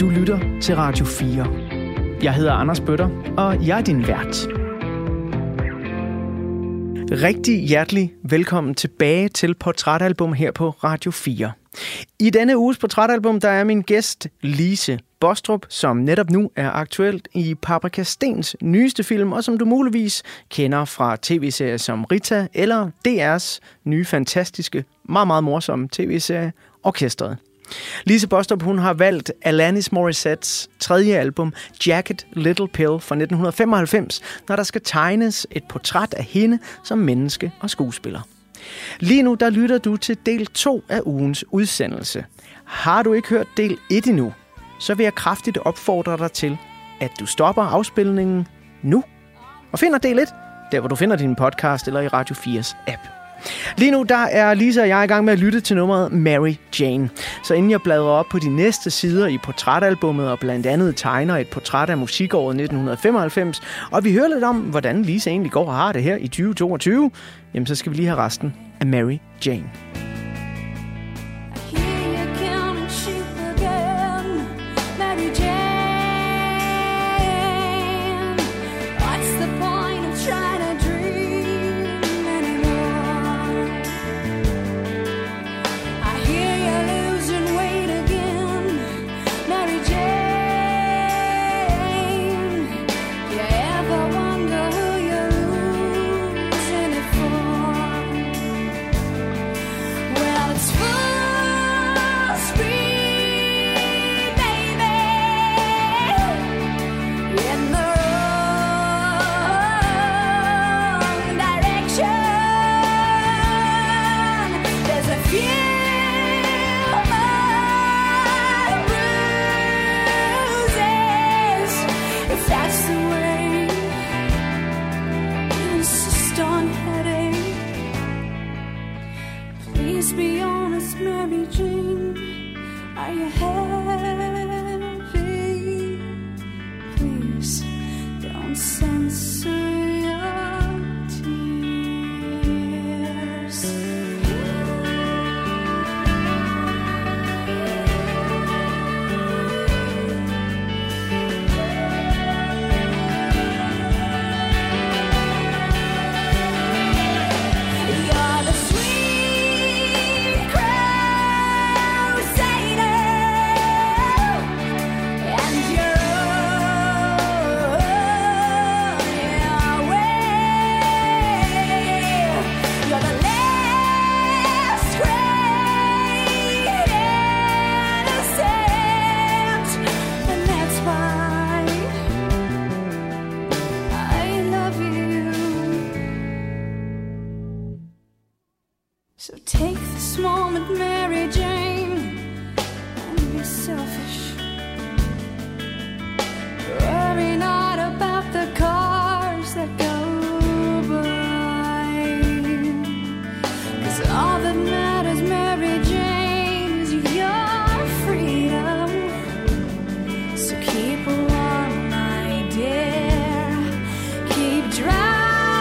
Du lytter til Radio 4. Jeg hedder Anders Bøtter, og jeg er din vært. Rigtig hjertelig velkommen tilbage til Portrætalbum her på Radio 4. I denne uges Portrætalbum, der er min gæst Lise Baastrup, som netop nu er aktuelt i Paprika Stens nyeste film, og som du muligvis kender fra tv-serier som Rita eller DR's nye fantastiske, meget, meget morsomme tv-serie Orkestret. Lise Baastrup, hun har valgt Alanis Morissettes tredje album, Jagged Little Pill fra 1995, når der skal tegnes et portræt af hende som menneske og skuespiller. Lige nu, der lytter du til del 2 af ugens udsendelse. Har du ikke hørt del 1 endnu, så vil jeg kraftigt opfordre dig til, at du stopper afspilningen nu og finder del 1, der hvor du finder din podcast eller i Radio 4's app. Lige nu, der er Lisa og jeg i gang med at lytte til nummeret Mary Jane. Så inden jeg bladrer op på de næste sider i portrætalbummet og blandt andet tegner et portræt af musikåret 1995, og vi hører lidt om, hvordan Lisa egentlig går og har det her i 2022, jamen så skal vi lige have resten af Mary Jane. So take this moment, Mary Jane, and be selfish. Worry not about the cars that go by, 'cause all that matters, Mary Jane, is your freedom. So keep warm, my dear, keep dry.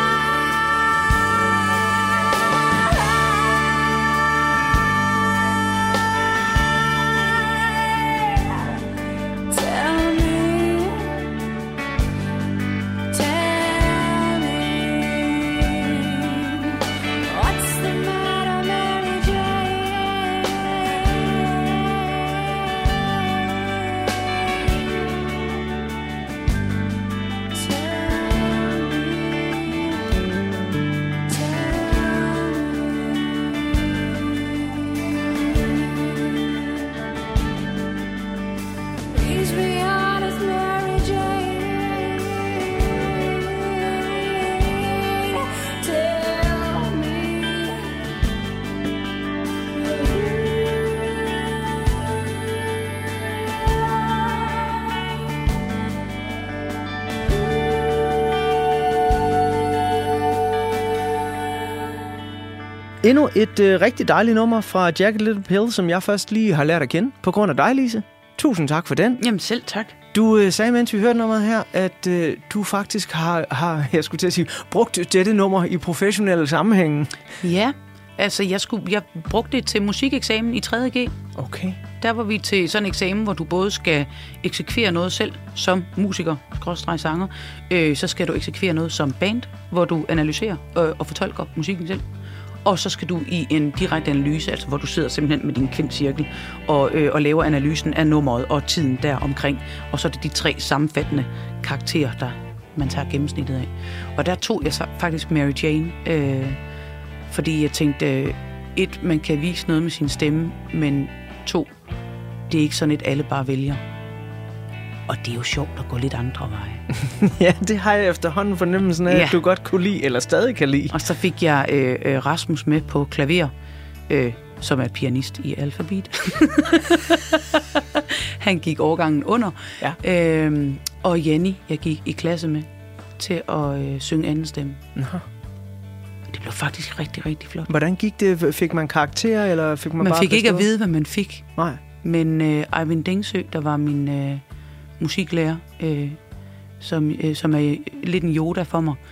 Endnu et rigtig dejligt nummer fra Jagged Little Pill, som jeg først lige har lært at kende på grund af dig, Lise. Tusind tak for den. Jamen selv tak. Du sagde, mens vi hørte nummeret her, at du faktisk har, jeg skulle til at sige, brugt dette nummer i professionelle sammenhænge. Ja, altså jeg brugte det til musikeksamen i 3.G. Okay. der var vi til sådan en eksamen, hvor du både skal eksekvere noget selv som musiker, sanger, så skal du eksekvere noget som band, hvor du analyserer og fortolker musikken selv. Og så skal du i en direkte analyse, altså hvor du sidder simpelthen med din kvintcirkel og laver analysen af nummeret og tiden der omkring. Og så er det de 3 sammenfattende karakterer, der man tager gennemsnittet af. Og der tog jeg så faktisk Mary Jane, fordi jeg tænkte, 1, man kan vise noget med sin stemme, men 2, det er ikke sådan, at alle bare vælger. Og det er jo sjovt at gå lidt andre veje. Ja, det har jeg efterhånden fornemmelsen af, at du godt kunne lide, eller stadig kan lide. Og så fik jeg Rasmus med på klaver, som er pianist i Alphabet. Han gik årgangen under. Ja. Og Jenny, jeg gik i klasse med, til at synge anden stemme. Aha. Det blev faktisk rigtig, rigtig flot. Hvordan gik det? Fik man karakterer, eller fik man bare... Man fik ikke at vide, hvad man fik. Nej. Men Eivind Dengsø, der var min musiklærer, som er lidt en Yoda for mig,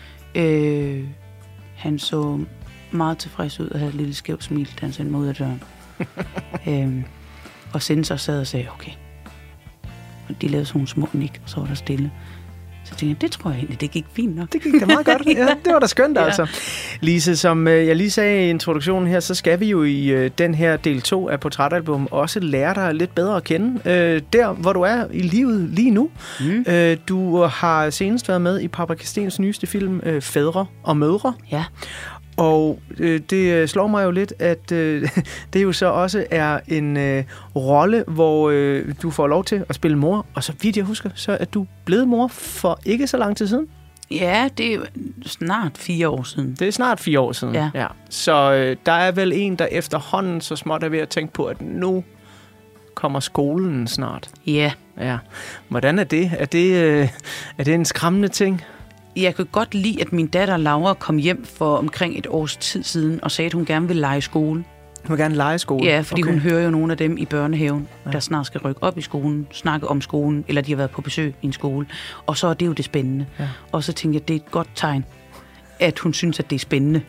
han så meget tilfreds ud og havde et lille skævt smil, da han sendte mig ud af døren. Og sensor sad og sagde, okay. Og de lavede sådan nogle små nik, og så var der stille. Så tænkte jeg, det tror jeg egentlig, det gik fint nok. Det gik da meget godt. Ja, det var da skønt, altså. Lise, som jeg lige sagde i introduktionen her, så skal vi jo i den her del 2 af Portrætalbum også lære dig lidt bedre at kende. Der, hvor du er i livet lige nu. Du har senest været med i Paprika Steens nyeste film, Fædre og Mødre. Ja. Og det slår mig jo lidt, at det jo så også er en rolle, hvor du får lov til at spille mor. Og så vidt jeg husker, så er du blevet mor for ikke så lang tid siden. Ja, det er snart 4 år siden. Det er snart 4 år siden, ja. Så der er vel en, der efterhånden så småt er ved at tænke på, at nu kommer skolen snart. Ja. Hvordan er det? Er det en skræmmende ting? Jeg kan godt lide, at min datter Laura kom hjem for omkring et års tid siden og sagde, at hun gerne ville lege skole. Hun vil gerne lege skole? Ja, fordi hun hører jo nogle af dem i børnehaven, der snart skal rykke op i skolen, snakke om skolen, eller de har været på besøg i en skole. Og så er det jo det spændende. Ja. Og så tænker jeg, at det er et godt tegn, at hun synes, at det er spændende.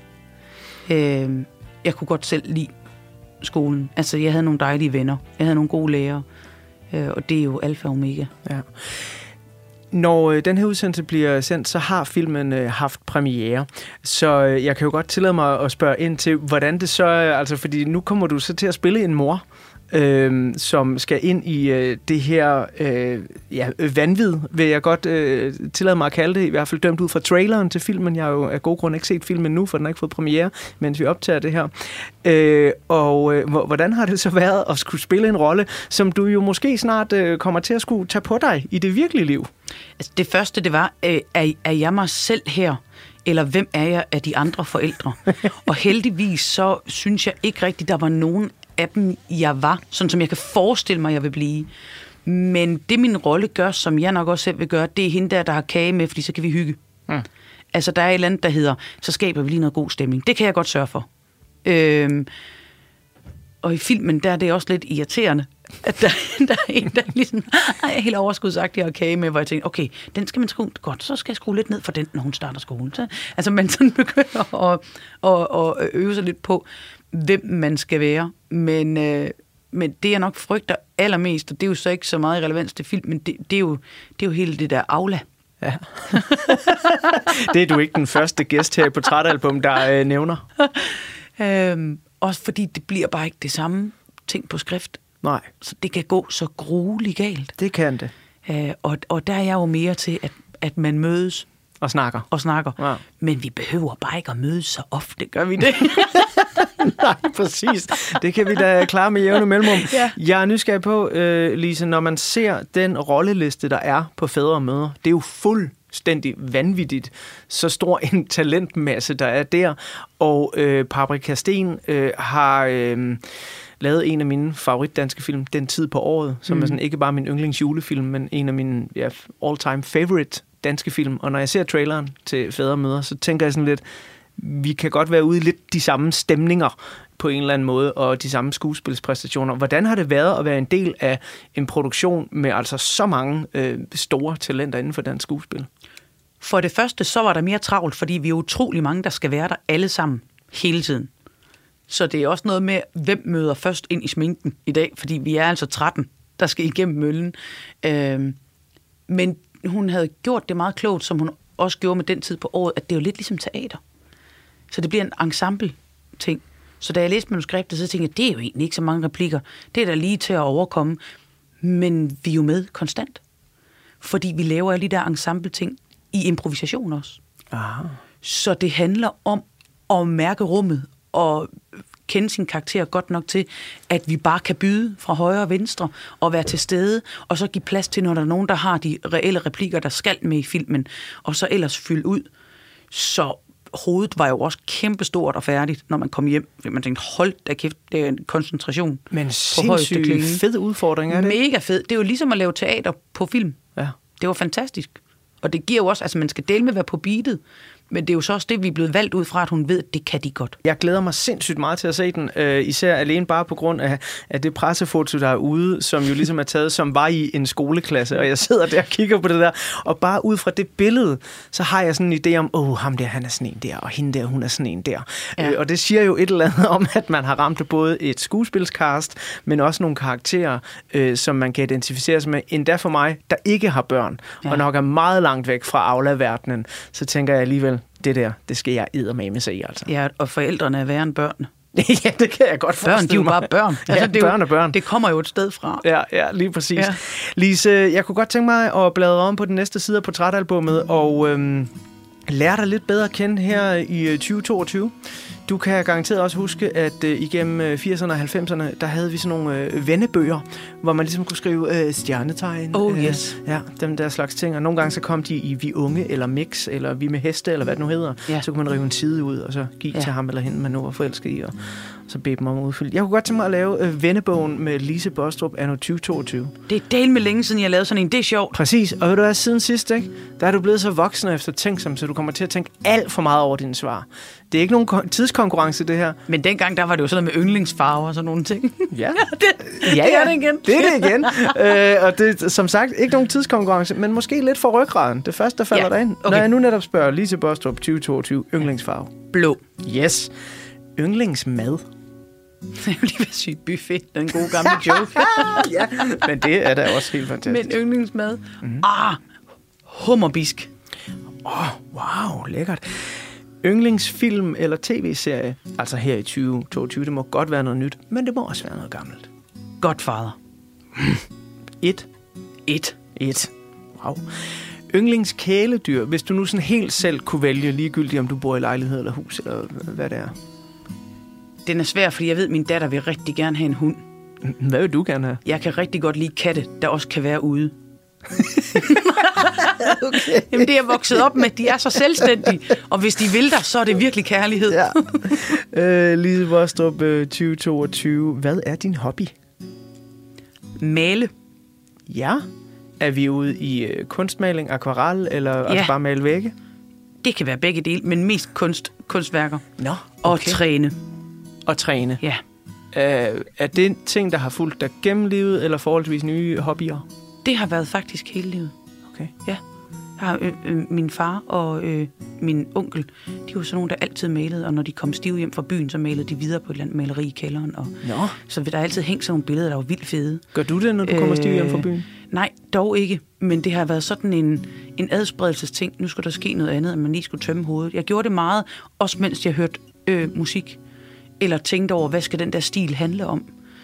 Jeg kunne godt selv lide skolen. Altså, jeg havde nogle dejlige venner. Jeg havde nogle gode lærere. Og det er jo alfa og omega. Ja. Når den her udsendelse bliver sendt, så har filmen haft premiere. Så jeg kan jo godt tillade mig at spørge ind til, hvordan det så er, altså fordi nu kommer du så til at spille en mor, som skal ind i det her vanvid, vil jeg godt tillade mig at kalde det, i hvert fald dømt ud fra traileren til filmen. Jeg har jo af god grund ikke set filmen nu, for den har ikke fået premiere, mens vi optager det her. Hvordan har det så været at skulle spille en rolle, som du jo måske snart kommer til at skulle tage på dig i det virkelige liv? Altså det første, det var, er jeg mig selv her? Eller hvem er jeg af de andre forældre? Og heldigvis så synes jeg ikke rigtigt, der var nogen af dem, jeg var, sådan som jeg kan forestille mig, jeg vil blive. Men det min rolle gør, som jeg nok også selv vil gøre, det er hende der har kage med, fordi så kan vi hygge. Altså der er et eller andet, der hedder, så skaber vi lige noget god stemning. Det kan jeg godt sørge for. Og i filmen, der er det også lidt irriterende, at der er en, der ligesom er helt overskudsagtig og kage med, hvor jeg tænker, okay, den skal man skrue godt, så skal jeg skrue lidt ned for den, når hun starter skolen. Så, altså man sådan begynder at øve sig lidt på, hvem man skal være. Men det, jeg nok frygter allermest, og det er jo så ikke så meget relevans til film, men det er jo hele det der aula. Ja. Det er du ikke den første gæst her i Portrætalbum, der nævner. Også fordi det bliver bare ikke det samme ting på skrift. Nej. Så det kan gå så grueligt galt. Det kan det. Og der er jeg jo mere til, at man mødes. Og snakker. Ja. Men vi behøver bare ikke at mødes så ofte, gør vi det? Nej, præcis. Det kan vi da klare med jævne mellemrum. Ja. Jeg er nysgerrig på, Lise, når man ser den rolleliste, der er på Fædre og Mødre, det er jo fuldstændig vanvittigt, så stor en talentmasse, der er der. Og Paprika Steen har lavet en af mine favoritdanske film, Den tid på året, som er sådan ikke bare min yndlingsjulefilm, men en af mine all-time favorite danske film. Og når jeg ser traileren til Fædre og Mødre, så tænker jeg sådan lidt, vi kan godt være ude i lidt de samme stemninger på en eller anden måde, og de samme skuespilspræstationer. Hvordan har det været at være en del af en produktion med altså så mange store talenter inden for dansk skuespil? For det første, så var der mere travlt, fordi vi er utrolig mange, der skal være der alle sammen hele tiden. Så det er også noget med, hvem møder først ind i sminken i dag, fordi vi er altså 13, der skal igennem møllen. Men hun havde gjort det meget klogt, som hun også gjorde med den tid på året, at det er jo lidt ligesom teater. Så det bliver en ensemble-ting. Så da jeg læste manuskriptet, så tænkte jeg, det er jo egentlig ikke så mange replikker. Det er da lige til at overkomme. Men vi er jo med konstant. Fordi vi laver alle de der ensemble-ting i improvisation også. Aha. Så det handler om at mærke rummet og kende sin karakter godt nok til, at vi bare kan byde fra højre og venstre og være til stede, og så give plads til, når der er nogen, der har de reelle replikker, der skal med i filmen, og så ellers fylde ud. Så hovedet var jo også kæmpestort og færdigt, når man kom hjem. Man tænkte, hold da kæft, det er en koncentration. Men sindssygt fed udfordring er det. Mega fed. Det er jo ligesom at lave teater på film. Ja. Det var fantastisk. Og det giver jo også, altså man skal dele med at være på beatet, men det er jo så også det, vi er blevet valgt ud fra, at hun ved, at det kan de godt. Jeg glæder mig sindssygt meget til at se den, især alene bare på grund af det pressefoto, der er ude, som jo ligesom er taget, som var i en skoleklasse, og jeg sidder der og kigger på det der, og bare ud fra det billede, så har jeg sådan en idé om, ham der, han er sådan en der, og hende der, hun er sådan en der. Ja. Og det siger jo et eller andet om, at man har ramt både et skuespilscast, men også nogle karakterer, som man kan identificere sig med, endda for mig, der ikke har børn, og nok er meget langt væk fra Aula-verdenen, så tænker jeg alligevel, det skal jeg eddermame se, altså. Ja, og forældrene er værre end børnene. Ja, det kan jeg godt forstå. Børn, de er jo bare børn. Altså, det børn og børn. Det kommer jo et sted fra. Ja, lige præcis. Ja. Lise, jeg kunne godt tænke mig at bladre om på den næste side af portrætalbummet, og lære dig lidt bedre at kende her i 2022. Du kan garanteret også huske, at igennem 80'erne og 90'erne, der havde vi sådan nogle vennebøger, hvor man ligesom kunne skrive stjernetegn. Yes. Ja, dem der slags ting. Og nogle gange så kom de i Vi Unge, eller Mix, eller Vi med Heste, eller hvad det nu hedder. Ja. Så kunne man rive en side ud, og så give til ham eller hende, man nu var forelsket i, og så bede dem om at udfylde. Jeg kunne godt tænke mig at lave vennebogen med Lise Baastrup anno 2022. Det er del med længe siden, jeg lavede sådan en. Det er sjovt. Præcis. Og ved du hvad, siden sidst, ikke? Der er du blevet så voksen og eftertænksom, så du kommer til at tænke alt for meget over dine svar. Det er ikke nogen tidskonkurrence, det her. Men dengang, der var det jo sådan noget med yndlingsfarver og sådan nogle ting. Ja. Det er det igen. Det er det igen. Og det er som sagt ikke nogen tidskonkurrence, men måske lidt for ryggraden. Det første, der falder derind. Okay. Når jeg nu netop spørger Lise Baastrup 2022, yndlingsfarve. Blå. Yes. Yndlingsmad. Jeg vil lige være sygt buffet, den gode gamle joke. Ja, men det er da også helt fantastisk. Men yndlingsmad? Hummerbisk. Wow, lækkert. Yndlingsfilm eller tv-serie, altså her i 2022, det må godt være noget nyt, men det må også være noget gammelt. Godfather. Et. Wow. Yndlingskæledyr, hvis du nu sådan helt selv kunne vælge, ligegyldigt om du bor i lejlighed eller hus, eller hvad det er. Den er svær, fordi jeg ved, at min datter vil rigtig gerne have en hund. Hvad vil du gerne have? Jeg kan rigtig godt lide katte, der også kan være ude. Okay. Jamen, det er vokset op med, de er så selvstændige. Og hvis de vil dig, så er det virkelig kærlighed. Ja. Lise Baastrup 2022. Hvad er din hobby? Male. Ja. Er vi ude i kunstmaling, akvarel, eller også bare male vægge? Det kan være begge dele, men mest kunstværker. Nå, okay. Og træne. Ja. Ja. Er det ting, der har fulgt dig gennem livet, eller forholdsvis nye hobbyer? Det har været faktisk hele livet. Okay. Ja. Jeg har min far og min onkel, de var sådan nogle, der altid malede, og når de kom stive hjem fra byen, så malede de videre på et eller andet maleri i kælderen. Og så der altid hængt sådan nogle billeder, der var vildt fede. Gør du det, når du kommer stive hjem fra byen? Nej, dog ikke. Men det har været sådan en adspredelsesting. Nu skulle der ske noget andet, at man lige skulle tømme hovedet. Jeg gjorde det meget, også mens jeg hørte musik. Eller tænkte over, hvad skal den der stil handle om?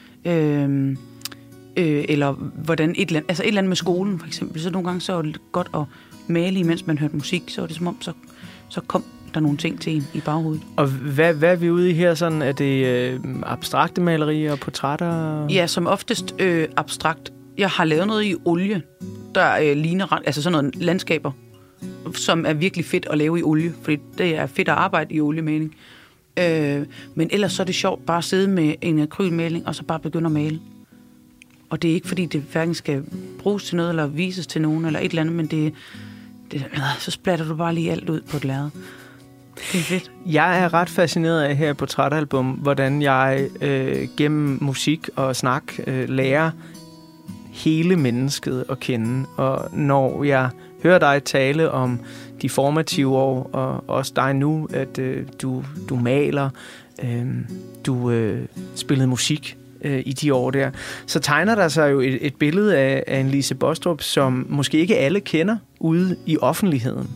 Eller hvordan et eller andet med skolen, for eksempel. Så nogle gange så var det godt at male, imens man hørte musik. Så var det som om, så kom der nogle ting til en i baghovedet. Og hvad er vi ude i her? Sådan, er det abstrakte malerier og portrætter? Ja, som oftest abstrakt. Jeg har lavet noget i olie, der ligner altså sådan noget landskaber, som er virkelig fedt at lave i olie, fordi det er fedt at arbejde i oliemaling. Men ellers så er det sjovt bare at sidde med en akrylmaling, og så bare begynde at male. Og det er ikke, fordi det hverken skal bruges til noget, eller vises til nogen, eller et eller andet, men så splatter du bare lige alt ud på et lærred. Det er fedt. Jeg er ret fascineret af her på portrætalbum, hvordan jeg gennem musik og snak lærer hele mennesket at kende. Og når jeg hører dig tale om de formative år, og også dig nu, at du maler, du spillede musik i de år der, så tegner der sig jo et billede af en Lise Baastrup, som måske ikke alle kender ude i offentligheden.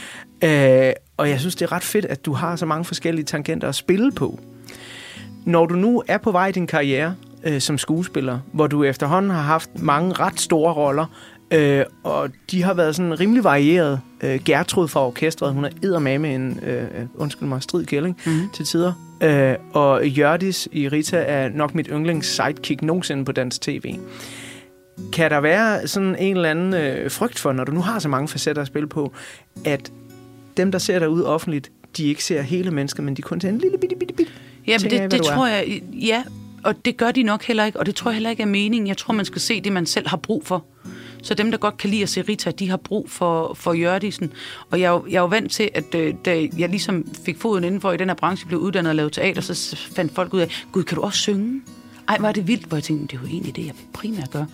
Og jeg synes, det er ret fedt, at du har så mange forskellige tangenter at spille på. Når du nu er på vej i din karriere som skuespiller, hvor du efterhånden har haft mange ret store roller, og de har været sådan rimelig varieret. Gertrud fra orkestret, hun er eddermame en, undskyld mig, Strid Kælling til tider. Og Hjørdis i Rita er nok mit yndlings sidekick nogensinde på dansk tv. Kan der være sådan en eller anden frygt for, når du nu har så mange facetter at spille på, at dem, der ser dig ud offentligt, de ikke ser hele mennesker, men de kun ser en lille bitte Ja, men det tror jeg, ja, og det gør de nok heller ikke, og det tror jeg heller ikke er meningen. Jeg tror, man skal se det, man selv har brug for. Så dem, der godt kan lide at se Rita, de har brug for Hjørdisen. Og jeg er jo vant til, at da jeg ligesom fik foden indenfor i den her branche, blev uddannet og lavet teater, så fandt folk ud af, gud, kan du også synge? Ej, hvor er det vildt, hvor jeg tænkte, det er jo egentlig det, jeg primært gør.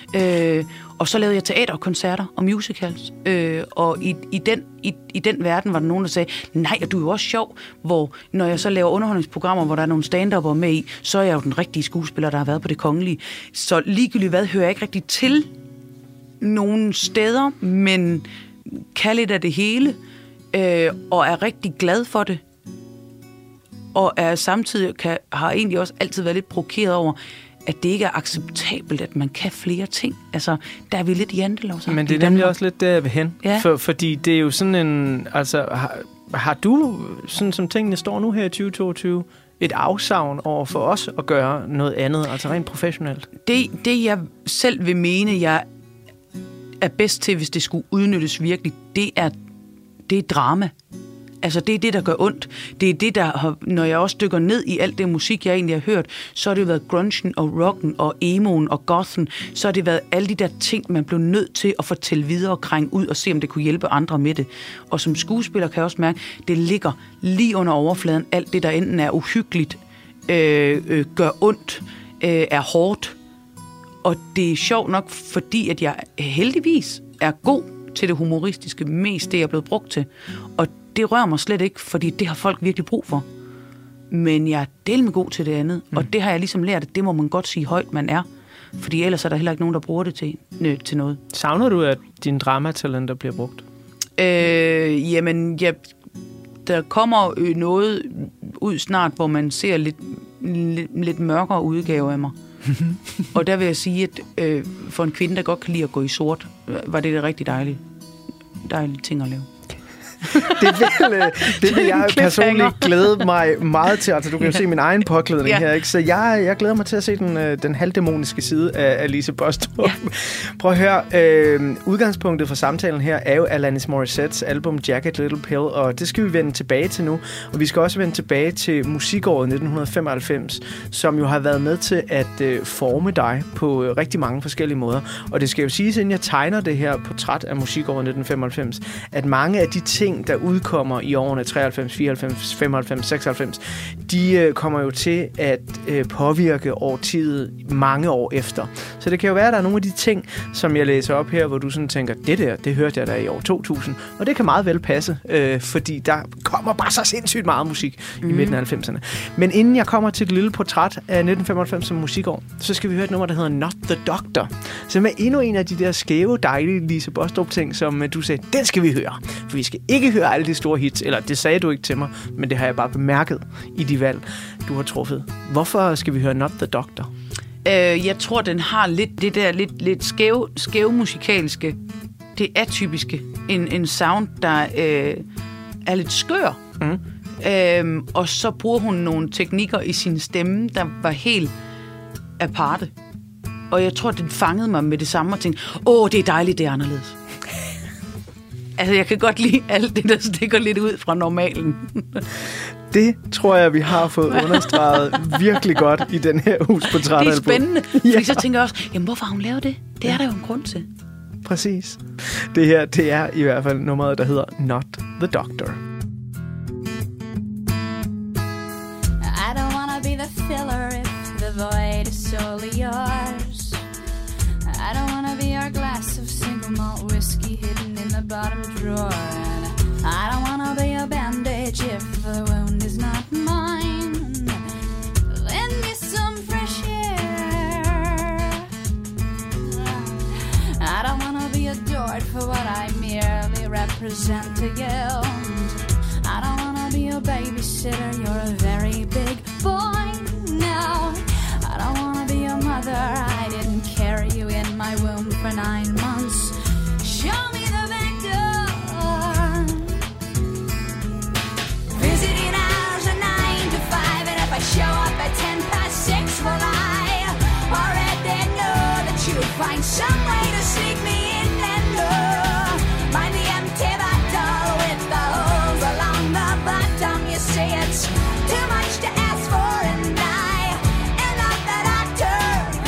Og så lavede jeg teater og koncerter og musicals. Og i den verden var der nogen, der sagde, nej, og du er jo også sjov, hvor når jeg så laver underholdningsprogrammer, hvor der er nogle stand-up'ere med i, så er jeg jo den rigtige skuespiller, der har været på Det Kongelige. Så ligegyldigt hvad, hører jeg ikke rigtig til nogle steder, men kan lidt af det hele, og er rigtig glad for det. Og er samtidig har egentlig også altid været lidt provokeret over, at det ikke er acceptabelt, at man kan flere ting. Altså, der er vi lidt jantelov. Men det er nemlig også lidt der ved hen. Ja. Fordi det er jo sådan en... Altså, har du, sådan som tingene står nu her i 2022, et afsavn over for os at gøre noget andet, altså rent professionelt? Det jeg selv vil mene, jeg er bedst til, hvis det skulle udnyttes virkelig, det er drama. Altså, det er det, der gør ondt. Det er det, der har, når jeg også dykker ned i alt det musik, jeg egentlig har hørt, så har det jo været grungen og rocken og emoen og gothen. Så har det været alle de der ting, man blev nødt til at fortælle videre og krænge ud og se, om det kunne hjælpe andre med det. Og som skuespiller kan jeg også mærke, det ligger lige under overfladen. Alt det, der enten er uhyggeligt, gør ondt, er hårdt. Og det er sjovt nok, fordi at jeg heldigvis er god til det humoristiske, mest det, jeg er blevet brugt til. Og det rører mig slet ikke, fordi det har folk virkelig brug for. Men jeg er del med god til det andet, og det har jeg ligesom lært, at det må man godt sige højt, man er. Fordi ellers er der heller ikke nogen, der bruger det til noget. Savner du, at dine dramatalenter bliver brugt? Jamen, der kommer noget ud snart, hvor man ser lidt mørkere udgave af mig. Og der vil jeg sige, at for en kvinde, der godt kan lide at gå i sort, var det rigtig dejlige ting at lave. Det vil jeg personligt glæde mig meget til. Altså, du kan jo se min egen påklædning her, ikke? Så jeg glæder mig til at se den halvdæmoniske side af Lise Baastrup. Ja. Prøv at høre. Udgangspunktet for samtalen her er jo Alanis Morissettes album Jagged Little Pill, og det skal vi vende tilbage til nu. Og vi skal også vende tilbage til musikåret 1995, som jo har været med til at forme dig på rigtig mange forskellige måder. Og det skal jo siges, inden jeg tegner det her portræt af musikåret 1995, at mange af de ting, der udkommer i årene 93, 94, 95, 96, de kommer jo til at påvirke årtiet mange år efter. Så det kan jo være, at der er nogle af de ting, som jeg læser op her, hvor du sådan tænker, det hørte jeg da i år 2000, og det kan meget vel passe, fordi der kommer bare så sindssygt meget musik i midten af 90'erne. Men inden jeg kommer til et lille portræt af 1995 som musikår, så skal vi høre et nummer, der hedder Not the Doctor, som er endnu en af de der skæve, dejlige Lise Baastrup-ting, som du sagde, den skal vi høre, for vi skal ikke høre alle de store hits, eller det sagde du ikke til mig, men det har jeg bare bemærket i de valg, du har truffet. Hvorfor skal vi høre Not the Doctor? Jeg tror, den har lidt det der lidt skæve musikalske, det atypiske, en sound, der er lidt skør. Og så bruger hun nogle teknikker i sin stemme, der var helt aparte. Og jeg tror, den fangede mig med det samme og tænkte, det er dejligt, det er anderledes. Altså, jeg kan godt lide alt det, der stikker lidt ud fra normalen. Det tror jeg, vi har fået understreget virkelig godt i den her uges portrætalbum. Det er spændende, fordi så tænker jeg også, jamen hvorfor har hun lavet det? Det er der jo en grund til. Præcis. Det her, det er i hvert fald nummeret, der hedder Not the Doctor. I don't wanna be the filler if the void is solely yours. I don't wanna be your glass of single malt whiskey hidden in the bottom drawer. And I don't wanna be a bandage if the wound is not mine. present to you. I don't wanna be your babysitter, you're a very big boy now. I don't wanna be your mother, I didn't carry you in my womb for 9 months. Show me the back door. Visiting hours are 9 to 5, and if I show up at 6:10, well, I already know that you'll find some way to sneak me in and mind the empty bottle with the holes along the bottom. You say it's too much to ask for, and I am not the doctor.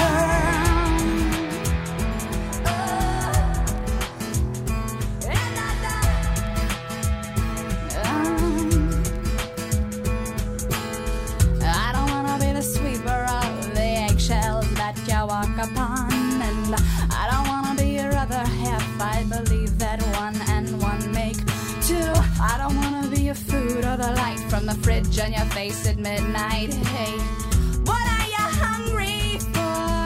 I don't wanna be the sweeper of the eggshells that you walk upon, and I don't wanna be your other half. I believe that 1 and 1 make 2. I don't wanna be your food or the light from the fridge on your face at midnight. Hey, what are you hungry for?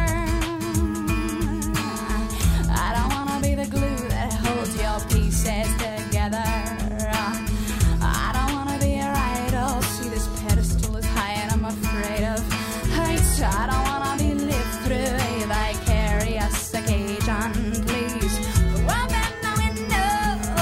I don't wanna be the glue that holds your pieces together. I don't wanna be your idol. See, this pedestal is high and I'm afraid of heights. I don't wanna be lived through a vicarious occasion. Please open the window.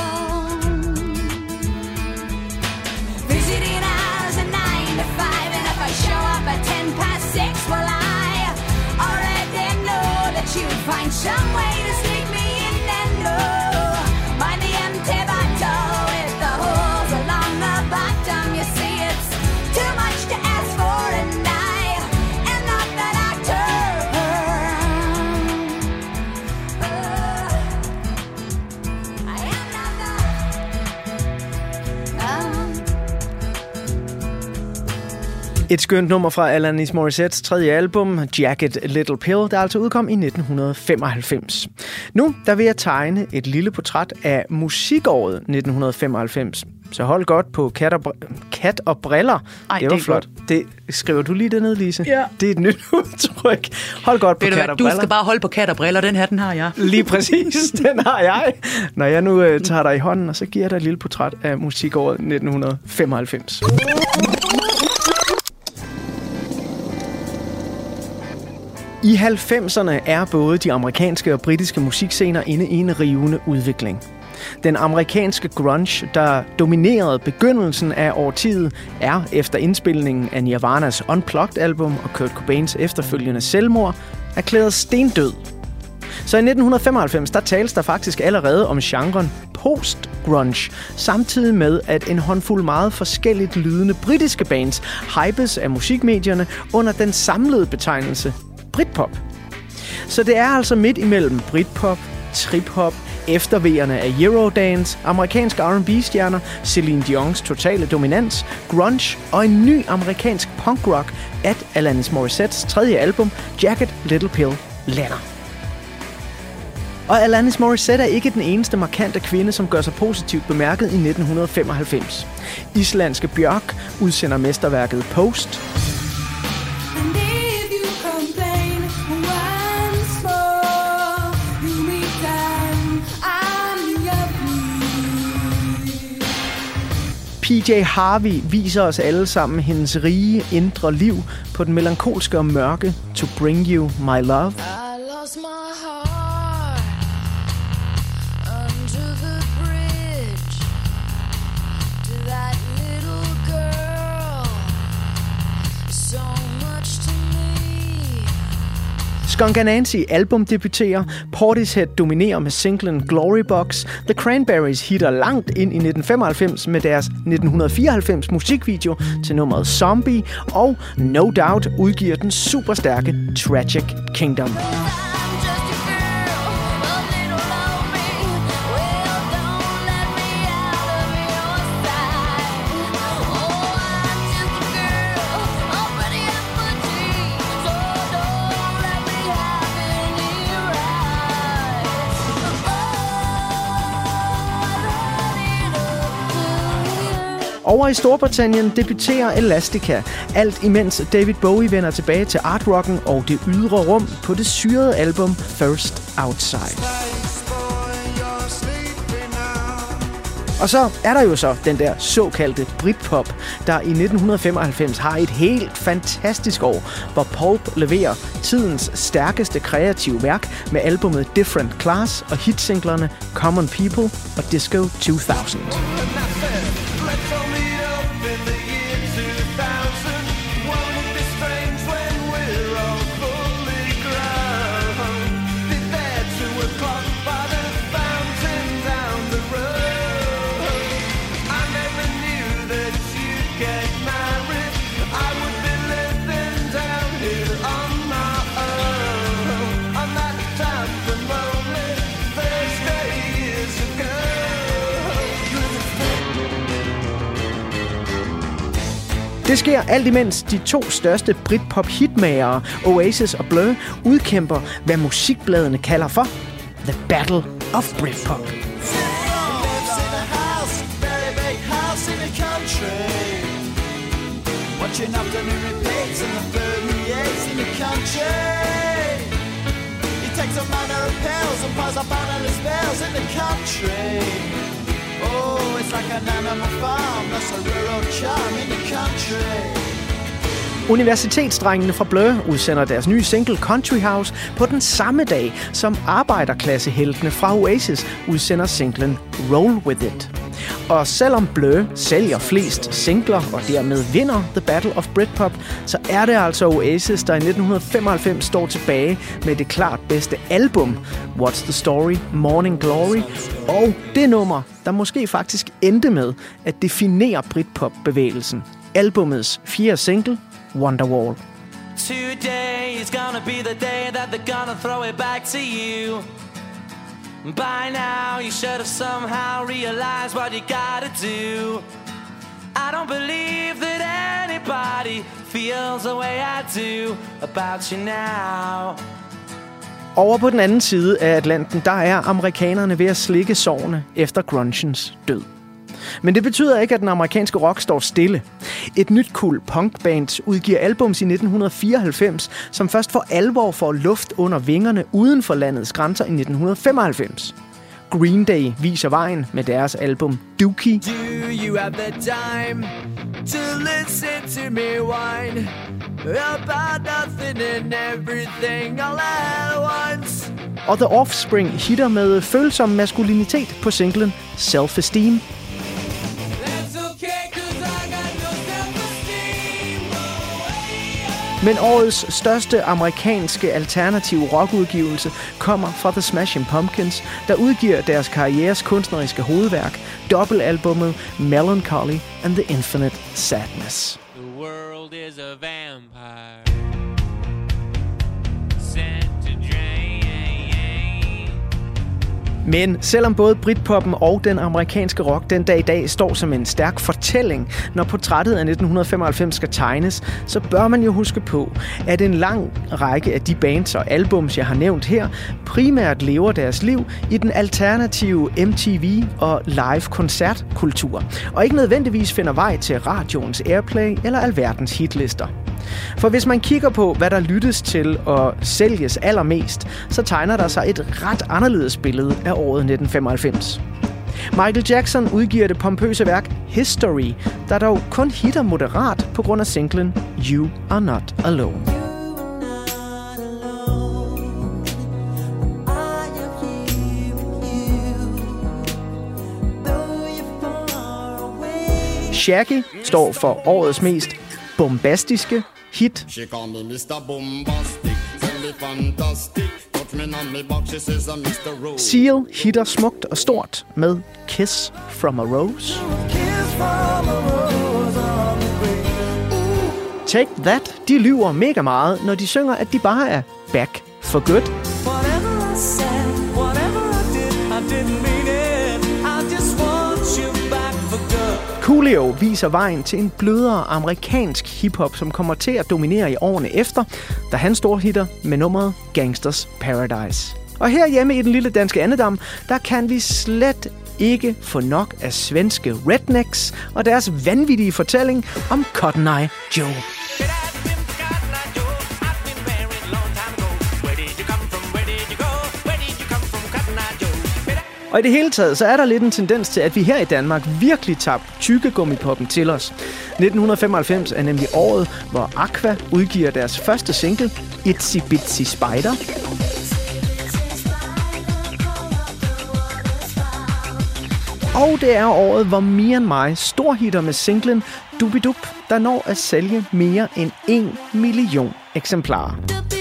Visiting hours are 9 to 5, and if I show up at 6:10, well, I already know that you'll find some way to sneak me in and mind the empty bottle with the holes along the bottom. You see, it's too much to ask for, and I am not the doctor. I am not the Et skønt nummer fra Alanis Morissettes tredje album, Jagged Little Pill, der altså udkom i 1995. Nu der vil jeg tegne et lille portræt af musikåret 1995. Så hold godt på kat og briller. Ej, det var det flot. Det skriver du lige dernede, Lise? Ja. Det er et nyt udtryk. Hold godt på kat og briller. Du skal bare holde på kat og briller. Den her, den har jeg. Lige præcis, den har jeg. Når jeg nu tager dig i hånden, og så giver jeg dig et lille portræt af musikåret 1995. I 90'erne er både de amerikanske og britiske musikscener inde i en rivende udvikling. Den amerikanske grunge, der dominerede begyndelsen af årtiet, er efter indspilningen af Nirvanas Unplugged-album og Kurt Cobains efterfølgende selvmord erklæret stendød. Så i 1995, der tales der faktisk allerede om genren post-grunge, samtidig med, at en håndfuld meget forskelligt lydende britiske bands hypes af musikmedierne under den samlede betegnelse Britpop. Så det er altså midt imellem Britpop, trip-hop, eftervejerne af Eurodance, amerikanske R&B-stjerner, Celine Dion's totale dominans, grunge og en ny amerikansk punk-rock, at Alanis Morissettes tredje album, Jagged Little Pill, lander. Og Alanis Morissette er ikke den eneste markante kvinde, som gør sig positivt bemærket i 1995. Islandske Björk udsender mesterværket Post. PJ Harvey viser os alle sammen hendes rige, indre liv på den melankolske og mørke To Bring You My Love. Skunk Anansi albumdebuterer, Portishead dominerer med singlen Glory Box, The Cranberries hitter langt ind i 1995 med deres 1994 musikvideo til nummeret Zombie, og No Doubt udgiver den superstærke Tragic Kingdom. Over i Storbritannien debuterer Elastica, alt imens David Bowie vender tilbage til artrocken og det ydre rum på det syrede album First Outside. Og så er der jo så den der såkaldte Britpop, der i 1995 har et helt fantastisk år, hvor Pulp leverer tidens stærkeste kreative værk med albumet Different Class og hitsinglerne Common People og Disco 2000. Det sker alt imens de to største Britpop-hitmagere, Oasis og Blur, udkæmper, hvad musikbladene kalder for The Battle of Britpop. Oh, it's like an animal farm, that's a rural charm in the country. Universitetsdrengene fra Blur udsender deres nye single Country House på den samme dag, som arbejderklasseheltene fra Oasis udsender singlen Roll With It. Og selvom Blur sælger flest singler og dermed vinder The Battle of Britpop, så er det altså Oasis, der i 1995 står tilbage med det klart bedste album, What's the Story, Morning Glory, og det nummer, der måske faktisk endte med at definere Britpop-bevægelsen. Albumets 4. single, Wonderwall. Today is gonna be the day that they're gonna throw it back to you. By now you should have somehow realized what you gotta do. I don't believe that anybody feels the way I do about you now. Over på den anden side af Atlanten, der er amerikanerne ved at slikke sårene efter grungens død. Men det betyder ikke, at den amerikanske rock står stille. Et nyt kul punkband udgiver albums i 1994, som først for alvor får luft under vingerne uden for landets grænser i 1995. Green Day viser vejen med deres album Dookie. Do you have the time to listen to me whine about nothing and everything all at once? Og The Offspring hitter med følsom maskulinitet på singlen Self-Esteem. Men årets største amerikanske alternative rockudgivelse kommer fra The Smashing Pumpkins, der udgiver deres karrieres kunstneriske hovedværk, dobbeltalbummet Melancholy and the Infinite Sadness. The world is a vampire. Men selvom både Britpoppen og den amerikanske rock den dag i dag står som en stærk fortælling, når portrættet af 1995 skal tegnes, så bør man jo huske på, at en lang række af de bands og albums, jeg har nævnt her, primært lever deres liv i den alternative MTV- og live-koncertkultur, og ikke nødvendigvis finder vej til radioens airplay eller alverdens hitlister. For hvis man kigger på, hvad der lyttes til og sælges allermest, så tegner der sig et ret anderledes billede af året 1995. Michael Jackson udgiver det pompøse værk History, der dog kun hitter moderat på grund af singlen You Are Not Alone. Shaggy står for årets mest bombastiske hit. Seal hitter smukt og stort med Kiss from a Rose. Take That, de lyver mega meget, når de synger, at de bare er back for good. Coolio viser vejen til en blødere amerikansk hiphop, som kommer til at dominere i årene efter, da han storhitter med nummeret Gangsters Paradise. Og herhjemme i den lille danske andedam, der kan vi slet ikke få nok af svenske rednecks og deres vanvittige fortælling om Cotton Eye Joe. Og i det hele taget, så er der lidt en tendens til, at vi her i Danmark virkelig tager tykkegummipoppen til os. 1995 er nemlig året, hvor Aqua udgiver deres første single, Itsy Bitsy Spider. Og det er året, hvor Me and My storhitter med singlen Dubidup, der når at sælge mere end 1 million eksemplarer.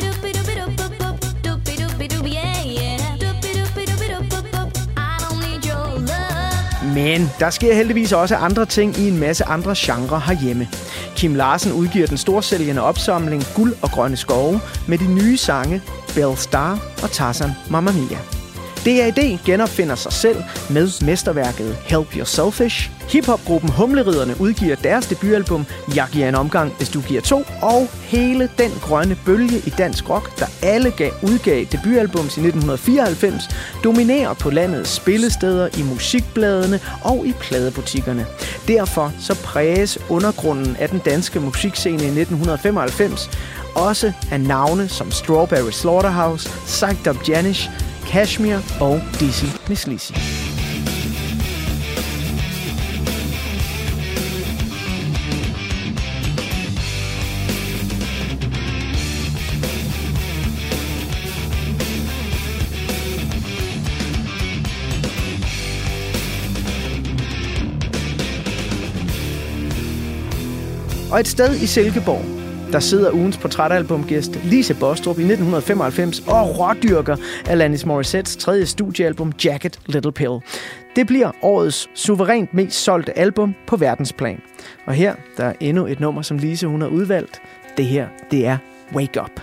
Men der sker heldigvis også andre ting i en masse andre genrer herhjemme. Kim Larsen udgiver den storsælgende opsamling Guld og Grønne Skove med de nye sange Belle Star og Tarzan Mamma Mia. D.A.D. genopfinder sig selv med mesterværket Help You're Selfish. Hip-hop-gruppen Humleriderne udgiver deres debutalbum Jeg giver en omgang, hvis du giver 2. Og hele den grønne bølge i dansk rock, der alle udgav debutalbums i 1994, dominerer på landets spillesteder, i musikbladene og i pladebutikkerne. Derfor så præges undergrunden af den danske musikscene i 1995 også af navne som Strawberry Slaughterhouse, Psyched Up Janish, Kashmir og Dizzy Miss Lizzy. Og et sted i Silkeborg, der sidder ugens portrætalbumgæst Lise Baastrup i 1995 og rådyrker Alanis Morissettes 3. studiealbum Jagged Little Pill. Det bliver årets suverænt mest solgte album på verdensplan. Og her der er endnu et nummer, som Lise hun har udvalgt. Det her, det er Wake Up.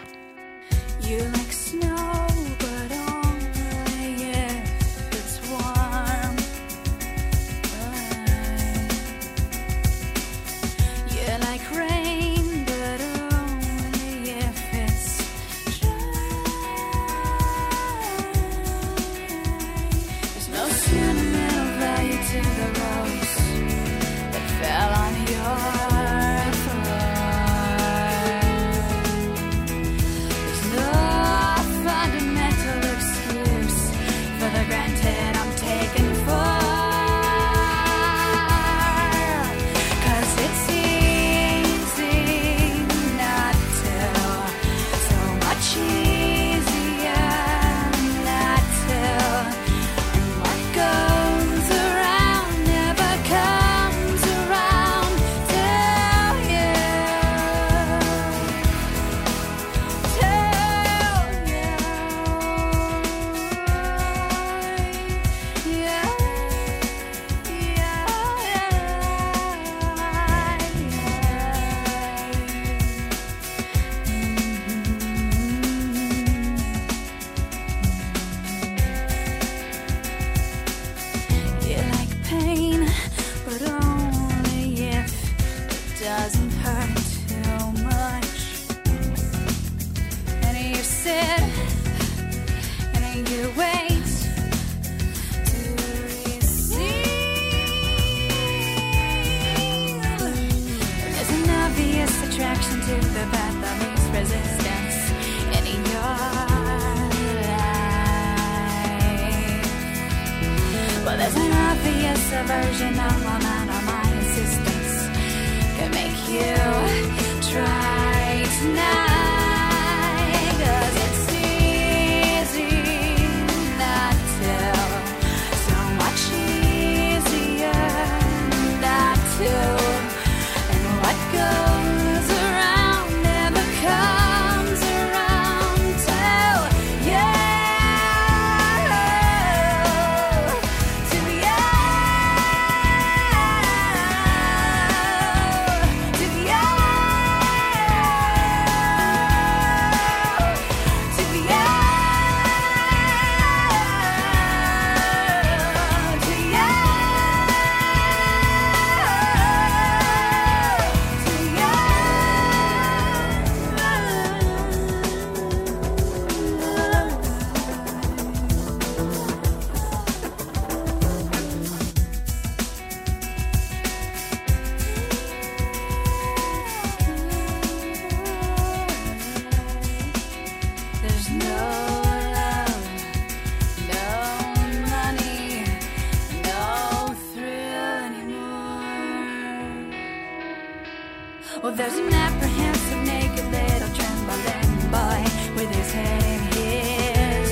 Oh, there's an apprehensive, naked little trembling boy with his head in his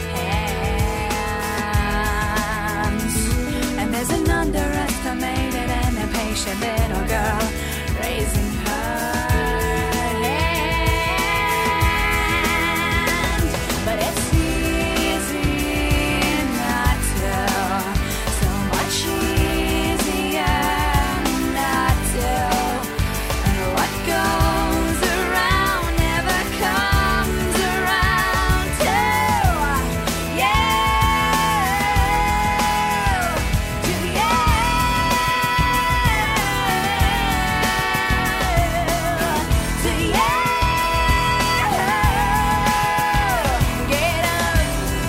hands. And there's an underestimated and impatient little girl raising her hand. But it's easy not to, so much easier not to. And what goes around never comes around to you, to you, to you. Get up,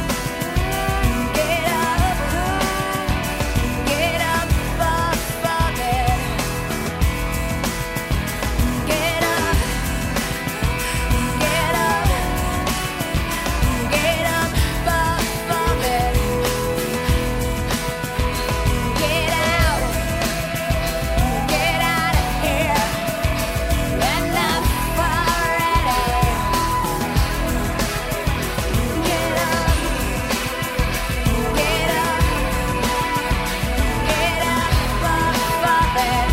get up, get up off of it. Get up, get up, get up off of it. Get out of here. Enough already. Get up, get up, get up off of it.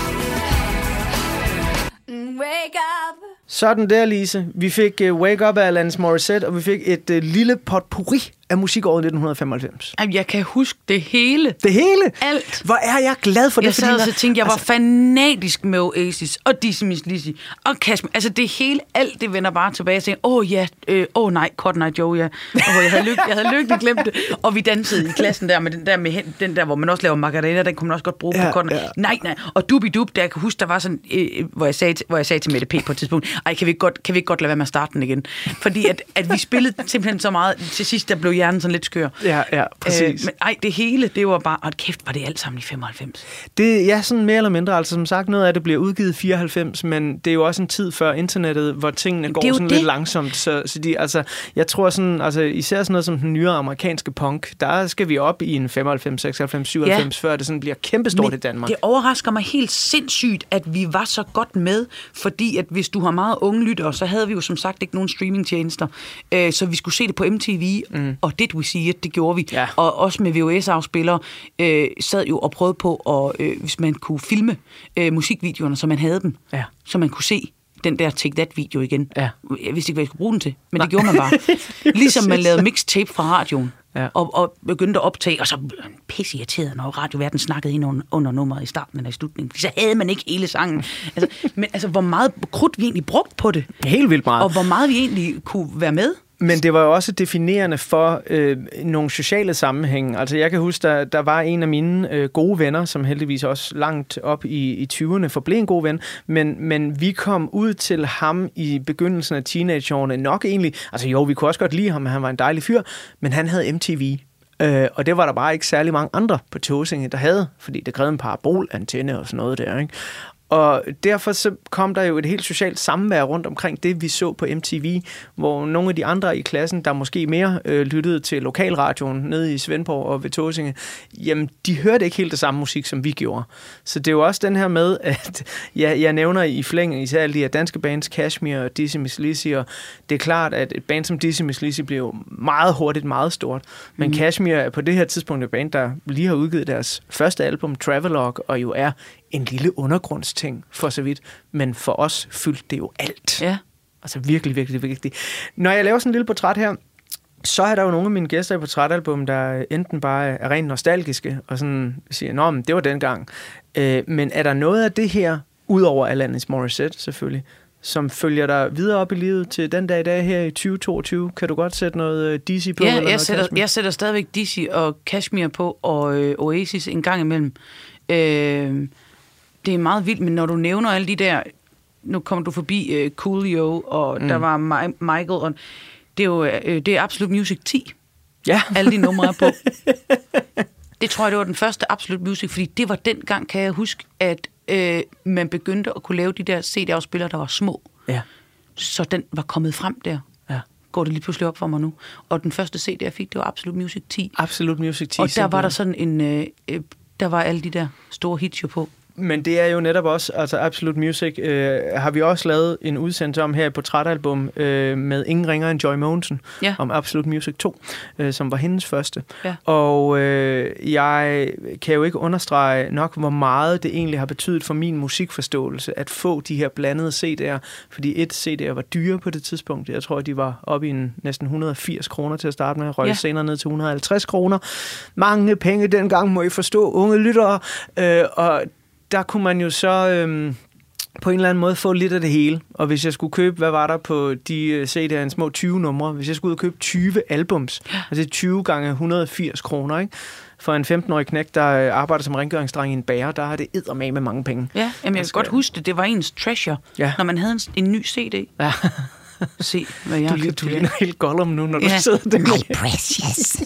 Wake up. Sådan der, Lise. Vi fik Wake Up af Alanis Morissette, og vi fik et lille potpourri af musikåret 1995. Jamen, jeg kan huske det hele. Det hele? Alt. Hvor er jeg glad for det. Jeg sad og når- så tænkte, jeg var fanatisk med Oasis, og Dizzy Miss Lizzy, og Kashmir. Altså det hele, alt det vender bare tilbage og tænker, nej, Cotton Eye Joe, ja. Jeg havde lykkeligt glemt det. Og vi dansede i klassen der med den der, hvor man også laver Macarena, den kunne man også godt bruge på Cotton Eye. Ja. Nej, og Dub, der jeg kan huske, der var sådan, hvor jeg sagde til Mette P. på et tidspunkt, kan vi ikke godt lade være med at starte den igen? Fordi at vi spillede simpelthen så meget, til sidst der blev hjernen sådan lidt skør. Ja, præcis. Men det hele, det var bare, kæft, var det alt sammen i 95. Det er sådan mere eller mindre, altså som sagt, noget af det bliver udgivet i 94, men det er jo også en tid før internettet, hvor tingene går sådan lidt langsomt, så de, altså, jeg tror sådan, altså især sådan noget som den nyere amerikanske punk, der skal vi op i en 95, 96, 97, før det sådan bliver kæmpestort i Danmark. Det overrasker mig helt sindssygt, at vi var så godt med, fordi at hvis du har meget unge lyttere, så havde vi jo som sagt ikke nogen streamingtjenester, så vi skulle se det på MTV, og Did We See It, det gjorde vi. Ja. Og også med VHS-afspillere sad jo og prøvede på, hvis man kunne filme musikvideoerne, så man havde dem, så man kunne se den der Take That-video igen. Ja. Jeg vidste ikke, hvad jeg skulle bruge den til, men det gjorde man bare. Ligesom man lavede mixtape fra radioen, og begyndte at optage, og så pisseirriteret, når radioverden snakkede ind under nummeret i starten eller i slutningen, fordi så havde man ikke hele sangen. Men hvor meget krudt vi egentlig brugte på det. Helt vildt meget. Og hvor meget vi egentlig kunne være med. Men det var jo også definerende for nogle sociale sammenhænge. Altså jeg kan huske, der var en af mine gode venner, som heldigvis også langt op i 20'erne forblev en god ven, men vi kom ud til ham i begyndelsen af teenageårene nok egentlig, altså jo, vi kunne også godt lide ham, han var en dejlig fyr, men han havde MTV. Og det var der bare ikke særlig mange andre på Tåsinge, der havde, fordi det krævede en parabolantenne og sådan noget der, ikke? Og derfor så kom der jo et helt socialt samvær rundt omkring det, vi så på MTV, hvor nogle af de andre i klassen, der måske mere lyttede til lokalradioen nede i Svendborg og ved Tåsinge, jamen de hørte ikke helt det samme musik, som vi gjorde. Så det er jo også den her med, at jeg nævner i flæng især alle de her danske bands, Kashmir og Dizzy Miss Lizzy, og det er klart, at et band som Dizzy Miss Lizzy blev meget hurtigt meget stort. Men Kashmir er på det her tidspunkt et band, der lige har udgivet deres første album, Travelogue, og jo er en lille undergrundsting for så vidt, men for os fyldte det jo alt. Ja. Altså virkelig, virkelig vigtigt. Når jeg laver sådan en lille portræt her, så er der jo nogle af mine gæster i portrætalbum, der enten bare er rent nostalgiske, og sådan siger, nå, men det var dengang. Men er der noget af det her, ud over Alanis Morissette selvfølgelig, som følger dig videre op i livet til den dag i dag her i 2022? Kan du godt sætte noget Dizzy på? Ja, eller jeg sætter stadigvæk Dizzy og Kashmir på, og Oasis en gang imellem. Det er meget vildt, men når du nævner alle de der, nu kommer du forbi Coolio, og der var Michael, og det er jo det er Absolute Music 10. Ja. Alle de numre er på. Det tror jeg, det var den første Absolute Music, fordi det var dengang, kan jeg huske, at man begyndte at kunne lave de der CD-afspillere, der var små. Ja. Så den var kommet frem der. Ja. Går det lige pludselig op for mig nu. Og den første CD, jeg fik, det var Absolute Music 10. Absolute Music 10. Og der var der sådan en... der var alle de der store hits jo på. Men det er jo netop også, altså Absolute Music, har vi også lavet en udsendelse om her på Portrætalbum med ingen ringer end Joy Mogensen, om Absolute Music 2, som var hendes første. Ja. Og jeg kan jo ikke understrege nok, hvor meget det egentlig har betydet for min musikforståelse, at få de her blandede CD'er, fordi CD'er var dyre på det tidspunkt. Jeg tror, de var oppe i næsten 180 kroner til at starte med, røg senere ned til 150 kroner. Mange penge dengang, må I forstå, unge lyttere, og der kunne man jo så på en eller anden måde få lidt af det hele. Og hvis jeg skulle købe, hvad var der på de CD'er, en små 20 numre, hvis jeg skulle ud og købe 20 albums, altså 20 gange 180 kroner, ikke? For en 15-årig knægt, der arbejder som rengøringsdreng i en bager, der har det eddermame med mange penge. Ja, jamen, jeg kan godt huske det. Det var ens treasure, når man havde en ny CD. Ja. Se, hvad jeg har købt. Du ligner helt Gollum nu, når du sidder der. My precious.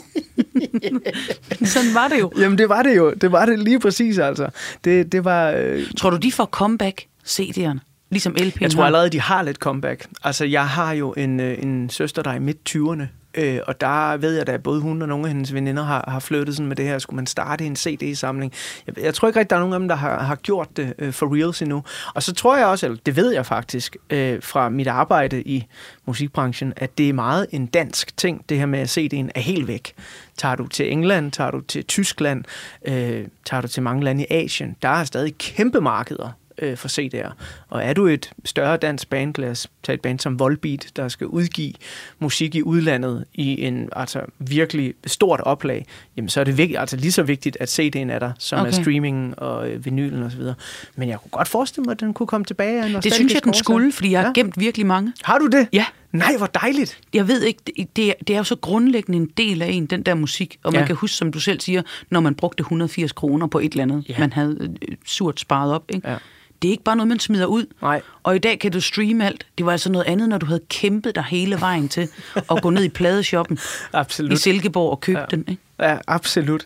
Sådan var det jo. Jamen, det var det jo. Det var det lige præcis, altså. Det var... Tror du, de får comeback, CD'erne? Ligesom LP'en? Jeg tror allerede, de har lidt comeback. Altså, jeg har jo en søster, der er i midt-20'erne, og der ved jeg, at både hun og nogle af hendes veninder har flyttet sådan med det her. Skulle man starte en CD-samling? Jeg tror ikke rigtig, der er nogen af dem, der har gjort det for reals endnu. Og så tror jeg også, eller det ved jeg faktisk, fra mit arbejde i musikbranchen, at det er meget en dansk ting, det her med, at CD'en er helt væk. Tager du til England, tager du til Tyskland, tager du til mange lande i Asien, der er stadig kæmpe markeder for CD'er. Og er du et større dansk band, lad os tage et band som Volbeat, der skal udgive musik i udlandet i en altså virkelig stort oplag, jamen så er det vigtigt, altså lige så vigtigt, at CD'en er der, som er streamingen og vinylen osv. Men jeg kunne godt forestille mig, at den kunne komme tilbage. Det synes jeg, den skulle, fordi jeg har gemt virkelig mange. Har du det? Ja. Nej, hvor dejligt. Jeg ved ikke, det er jo så grundlæggende en del af den der musik, og man kan huske, som du selv siger, når man brugte 180 kroner på et eller andet, man havde surt sparet op, ikke? Ja. Det er ikke bare noget, man smider ud. Nej. Og i dag kan du streame alt. Det var altså noget andet, når du havde kæmpet dig hele vejen til at gå ned i pladeshoppen i Silkeborg og købe den. Ikke? Ja, absolut.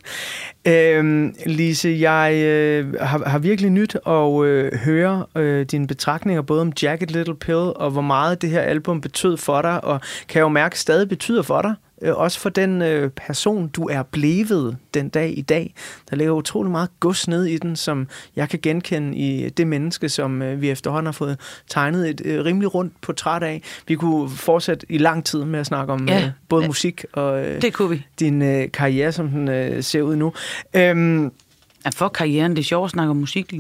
Lise, jeg har virkelig nyt at høre dine betragtninger både om Jagged Little Pill og hvor meget det her album betød for dig, og kan jo mærke stadig betyder for dig. Også for den person, du er blevet den dag i dag. Der ligger utrolig meget gods ned i den, som jeg kan genkende i det menneske, som vi efterhånden har fået tegnet et rimelig rundt portræt af. Vi kunne fortsætte i lang tid med at snakke om både musik og det kunne vi. Din karriere, som den ser ud nu. For karrieren, det er sjovt at snakke om musik.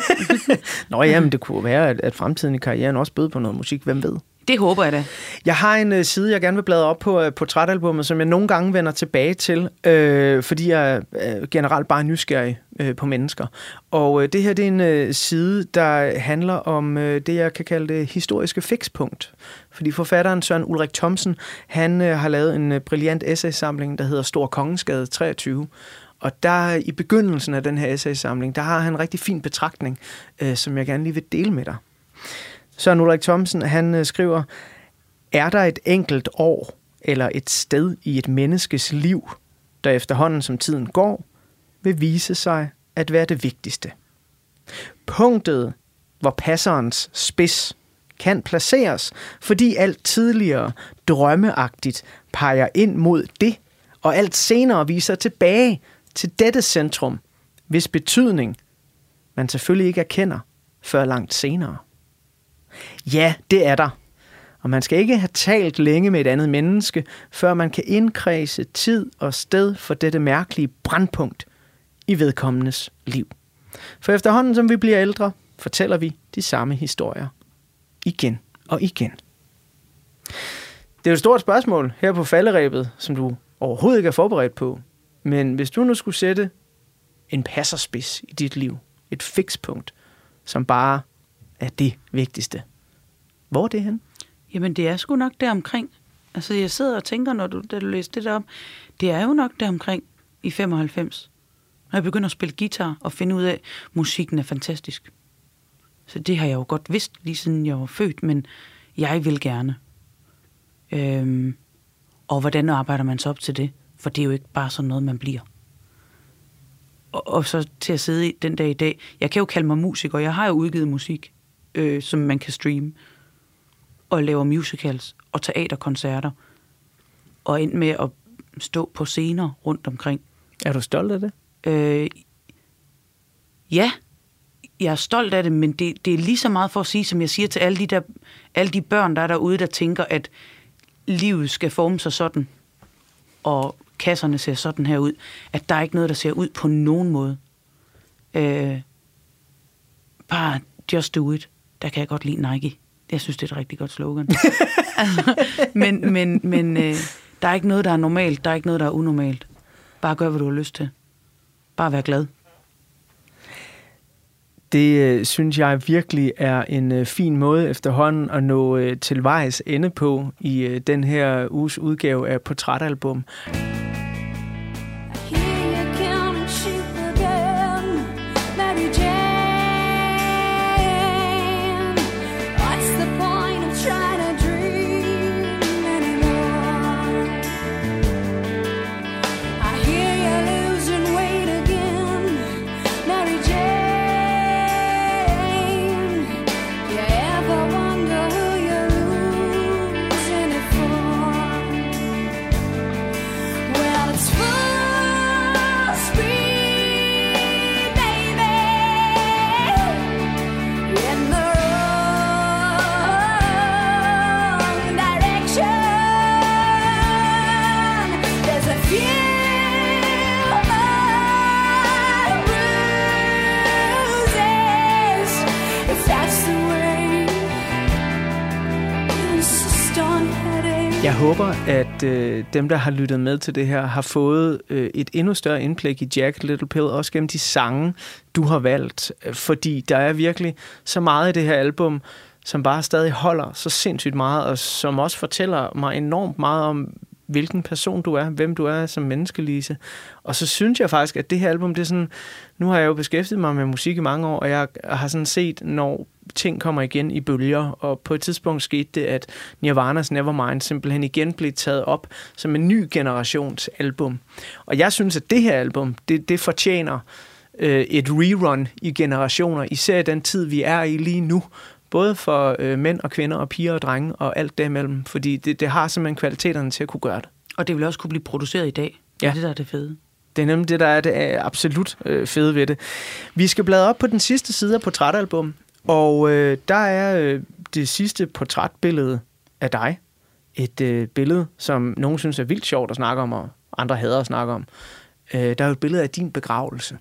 Nå ja, men det kunne være, at fremtiden i karrieren også bød på noget musik. Hvem ved? Det håber jeg da. Jeg har en side, jeg gerne vil bladre op på portrætalbummet, som jeg nogle gange vender tilbage til, fordi jeg er generelt bare nysgerrig på mennesker. Og det her, det er en side, der handler om det, jeg kan kalde det historiske fikspunkt. Fordi forfatteren Søren Ulrik Thomsen, han har lavet en brilliant essaysamling, der hedder Stor Kongensgade 23. Og der i begyndelsen af den her essaysamling, der har han en rigtig fin betragtning, som jeg gerne lige vil dele med dig. Søren Ulrik Thomsen, han skriver, er der et enkelt år eller et sted i et menneskes liv, der efterhånden som tiden går, vil vise sig at være det vigtigste. Punktet, hvor passerens spids kan placeres, fordi alt tidligere drømmeagtigt peger ind mod det, og alt senere viser tilbage til dette centrum, hvis betydning man selvfølgelig ikke erkender før langt senere. Ja, det er der. Og man skal ikke have talt længe med et andet menneske, før man kan indkredse tid og sted for dette mærkelige brandpunkt i vedkommendes liv. For efterhånden som vi bliver ældre, fortæller vi de samme historier. Igen og igen. Det er jo et stort spørgsmål her på falderebet, som du overhovedet ikke er forberedt på. Men hvis du nu skulle sætte en passerspids i dit liv, et fikspunkt, som bare er det vigtigste. Hvor er det hen? Jamen, det er sgu nok deromkring. Altså, jeg sidder og tænker, da du læser det der op, det er jo nok deromkring i 95. Når jeg begynder at spille guitar og finde ud af, at musikken er fantastisk. Så det har jeg jo godt vidst, lige siden jeg var født, men jeg vil gerne. Og hvordan arbejder man så op til det? For det er jo ikke bare sådan noget, man bliver. Og så til at sidde den dag i dag. Jeg kan jo kalde mig musiker. Jeg har jo udgivet musik, som man kan streame. Og laver musicals og teaterkoncerter. Og ind med at stå på scener rundt omkring. Er du stolt af det? Ja. jeg er stolt af det, men det er lige så meget for at sige, som jeg siger til alle de børn, der er derude, der tænker, at livet skal forme sig sådan, og kasserne ser sådan her ud, at der er ikke noget, der ser ud på nogen måde. Bare just do it. Der kan jeg godt lide Nike. Jeg synes, det er et rigtig godt slogan. men der er ikke noget, der er normalt. Der er ikke noget, der er unormalt. Bare gør, hvad du har lyst til. Bare vær glad. Det synes jeg virkelig er en fin måde efterhånden at nå til vejs ende på i den her uges udgave af Portrætalbum. Jeg håber, at dem, der har lyttet med til det her, har fået et endnu større indblik i Jagged Little Pill, også gennem de sange, du har valgt. Fordi der er virkelig så meget i det her album, som bare stadig holder så sindssygt meget, og som også fortæller mig enormt meget om, hvilken person du er, hvem du er som menneske, Lise. Og så synes jeg faktisk, at det her album, det er sådan, nu har jeg jo beskæftiget mig med musik i mange år, og jeg har sådan set, når ting kommer igen i bølger, og på et tidspunkt skete det, at Nirvana's Nevermind simpelthen igen blev taget op som en ny generations album. Og jeg synes, at det her album, det fortjener et rerun i generationer, især i den tid, vi er i lige nu, både for mænd og kvinder og piger og drenge og alt derimellem, fordi det har simpelthen kvaliteterne til at kunne gøre det. Og det vil også kunne blive produceret i dag. Det er det, der er det fede. Det er nemlig det, der er det absolut fede ved det. Vi skal bladre op på den sidste side af Portrætalbum, og der er det sidste portrætbillede af dig. Et billede, som nogen synes er vildt sjovt at snakke om, og andre hader at snakke om. Der er jo et billede af din begravelse.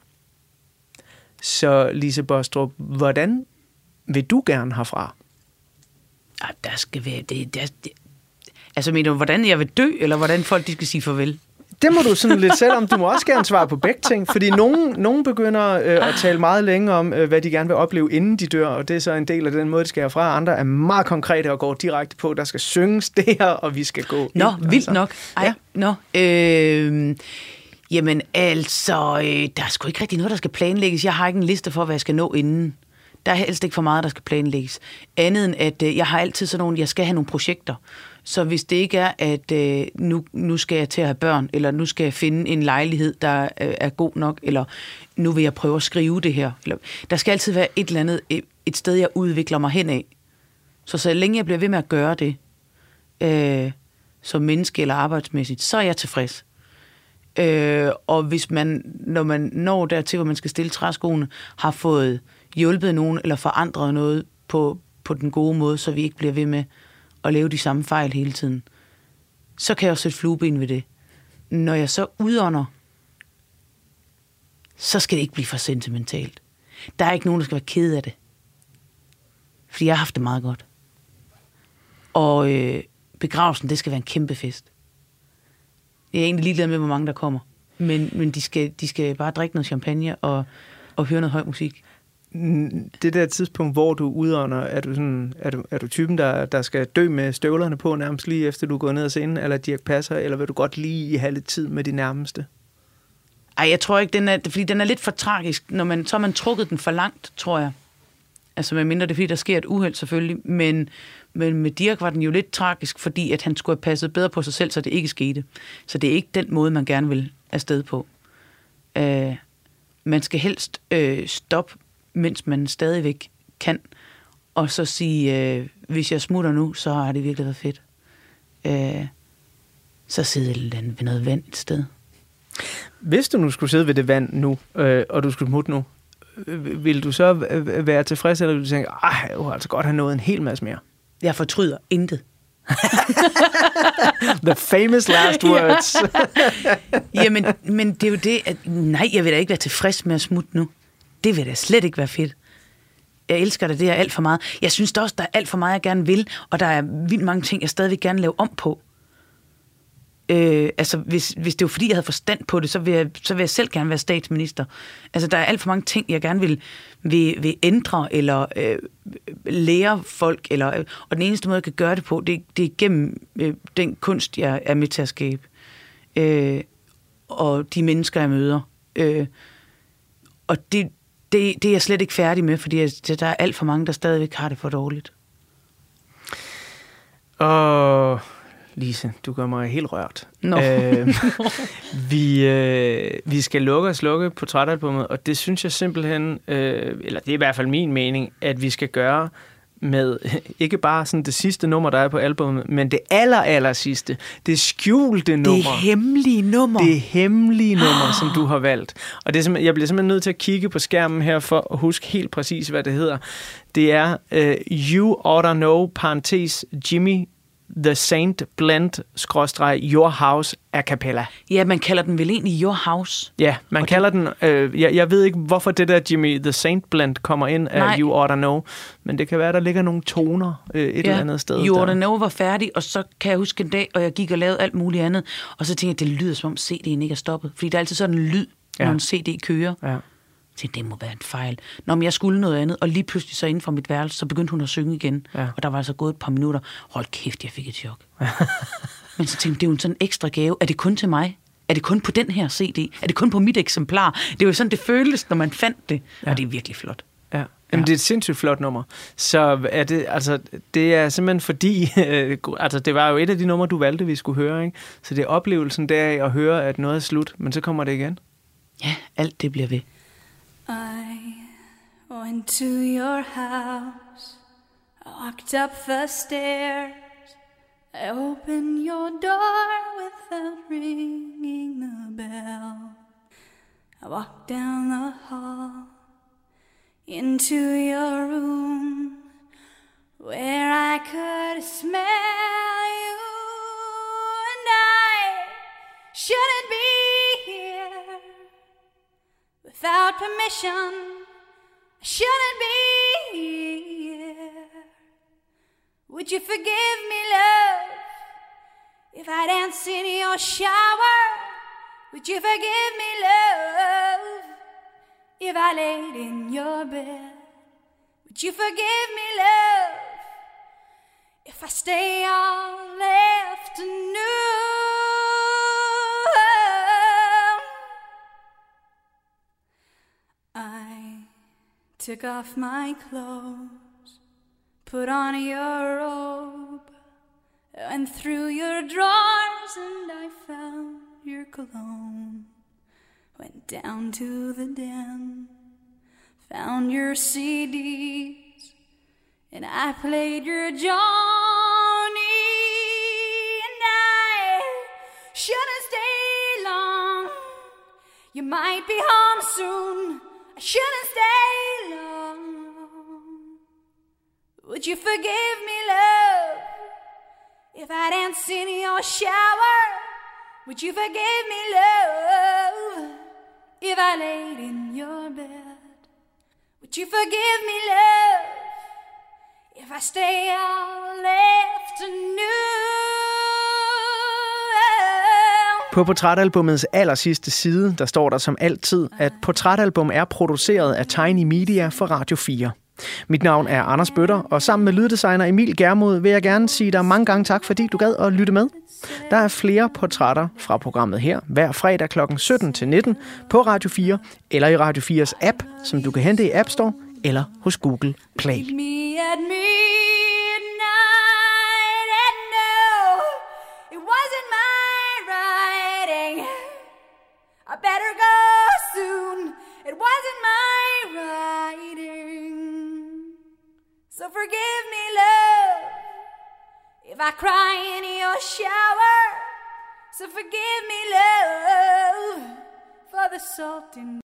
Så Lise Baastrup, hvordan vil du gerne herfra? Der skal være altså mener du, hvordan jeg vil dø, eller hvordan folk de skal sige farvel? Det må du sådan lidt selv om. Du må også gerne svare på begge ting, fordi nogen begynder at tale meget længe om, hvad de gerne vil opleve, inden de dør, og det er så en del af den måde, de skal herfra. Andre er meget konkrete og går direkte på, der skal synges det her, og vi skal gå Nå, ind, vildt nok. Ej, ja. Jamen altså, der er sgu ikke rigtig noget, der skal planlægges. Jeg har ikke en liste for, hvad jeg skal nå inden. Der er helst ikke for meget, der skal planlægges. Andet end, at jeg har altid sådan nogle, jeg skal have nogle projekter. Så hvis det ikke er, at nu skal jeg til at have børn, eller nu skal jeg finde en lejlighed, der er god nok, eller nu vil jeg prøve at skrive det her. Eller, der skal altid være et eller andet, et sted, jeg udvikler mig hen af. Så længe jeg bliver ved med at gøre det, som menneske eller arbejdsmæssigt, så er jeg tilfreds. Og hvis når man når dertil, hvor man skal stille træskoene, har fået hjulpet nogen eller forandret noget på den gode måde, så vi ikke bliver ved med at lave de samme fejl hele tiden, så kan jeg også sætte flueben ved det. Når jeg så udånder, så skal det ikke blive for sentimentalt. Der er ikke nogen, der skal være ked af det. Fordi jeg har haft det meget godt. Og begravelsen, det skal være en kæmpe fest. Jeg er egentlig ligeglad med, hvor mange der kommer. Men de skal bare drikke noget champagne og høre noget høj musik. Det der tidspunkt, hvor du udånder, er du typen, der skal dø med støvlerne på nærmest lige efter du går ned ad scenen, eller Dirch Passer, eller vil du godt lige have lidt tid med de nærmeste? Ej, jeg tror ikke, fordi den er lidt for tragisk. Så har man trukket den for langt, tror jeg. Altså med mindre det er, fordi der sker et uheld selvfølgelig, men med Dirch var den jo lidt tragisk, fordi at han skulle have passet bedre på sig selv, så det ikke skete. Så det er ikke den måde, man gerne vil afsted på. Man skal helst stoppe, mens man stadigvæk kan, og så sige, hvis jeg smutter nu, så har det virkelig været fedt. Så sidder jeg ved noget vand et sted. Hvis du nu skulle sidde ved det vand nu, og du skulle smutte nu, vil du så være tilfreds, eller vil du tænke, jeg kunne altså godt have nået en hel masse mere? Jeg fortryder intet. The famous last words. Jamen, men det er jo det, at nej, jeg vil da ikke være tilfreds med at smutte nu. Det vil da slet ikke være fedt. Jeg elsker det, det er alt for meget. Jeg synes da også, der er alt for meget, jeg gerne vil, og der er vildt mange ting, jeg stadigvæk gerne lave om på. Altså, hvis det var fordi, jeg havde forstand på det, så vil jeg selv gerne være statsminister. Altså, der er alt for mange ting, jeg gerne vil ændre, eller lære folk, og den eneste måde, jeg kan gøre det på, det er gennem den kunst, jeg er med til at skabe. Og de mennesker, jeg møder. Og det er jeg slet ikke færdig med, fordi der er alt for mange, der stadigvæk har det for dårligt. Og Lise, du gør mig helt rørt. No. Vi skal lukke og slukke portrætalbummet, og det synes jeg simpelthen, eller det er i hvert fald min mening, at vi skal gøre med ikke bare sådan det sidste nummer, der er på albumet, men det aller sidste, det skjulte nummer. Det hemmelige nummer. Det hemmelige nummer, som du har valgt. Og det er jeg bliver simpelthen nødt til at kigge på skærmen her, for at huske helt præcis, hvad det hedder. Det er You Oughta Know, parentes, Jimmy The Saint Blend, / Your House a cappella. Ja, man kalder den vel egentlig Your House. Ja, man kalder den... jeg ved ikke, hvorfor det der Jimmy The Saint Blend kommer ind af You Oughta Know, men det kan være, der ligger nogle toner eller andet sted. You Oughta Know var færdig, og så kan jeg huske en dag, og jeg gik og lavede alt muligt andet, og så tænkte jeg, det lyder som om CD'en ikke er stoppet, fordi der er altid sådan en lyd, når en CD kører. Ja. Så det må være en fejl. Nå, men jeg skulle noget andet, og lige pludselig så inden for mit værelse, så begyndte hun at synge igen. Ja. Og der var altså gået et par minutter. Hold kæft, jeg fik et chok. Men så tænkte jeg, det er jo en sådan ekstra gave. Er det kun til mig? Er det kun på den her CD? Er det kun på mit eksemplar? Det var jo sådan, det føltes, når man fandt det. Ja. Og det er virkelig flot. Ja. Jamen, det er et sindssygt flot nummer. Så er det, altså, det er simpelthen fordi, altså, det var jo et af de numre, du valgte, vi skulle høre, ikke? Så det er oplevelsen der at høre, at noget er slut, men så kommer det igen. Ja, alt det bliver ved. I went to your house, I walked up the stairs, I opened your door without ringing the bell. I walked down the hall into your room where I could smell you, and I shouldn't be here without permission. I shouldn't be here. Would you forgive me, love, if I dance in your shower? Would you forgive me, love, if I laid in your bed? Would you forgive me, love, if I stay all afternoon? I took off my clothes, put on your robe, went through your drawers and I found your cologne. Went down to the den, found your CDs, and I played your Johnny. And I shouldn't stay long, you might be home soon. I shouldn't stay long. Would you forgive me, love, if I dance in your shower? Would you forgive me, love, if I laid in your bed? Would you forgive me, love, if I stay all afternoon? På portrætalbummets allersidste side, der står der som altid, at portrætalbum er produceret af Tiny Media for Radio 4. Mit navn er Anders Bøtter, og sammen med lyddesigner Emil Germod vil jeg gerne sige dig mange gange tak, fordi du gad at lytte med. Der er flere portrætter fra programmet her hver fredag kl. 17 til 19 på Radio 4 eller i Radio 4's app, som du kan hente i App Store eller hos Google Play. Better go soon. It wasn't my writing. So forgive me, love, if I cry in your shower. So forgive me, love, for the salt in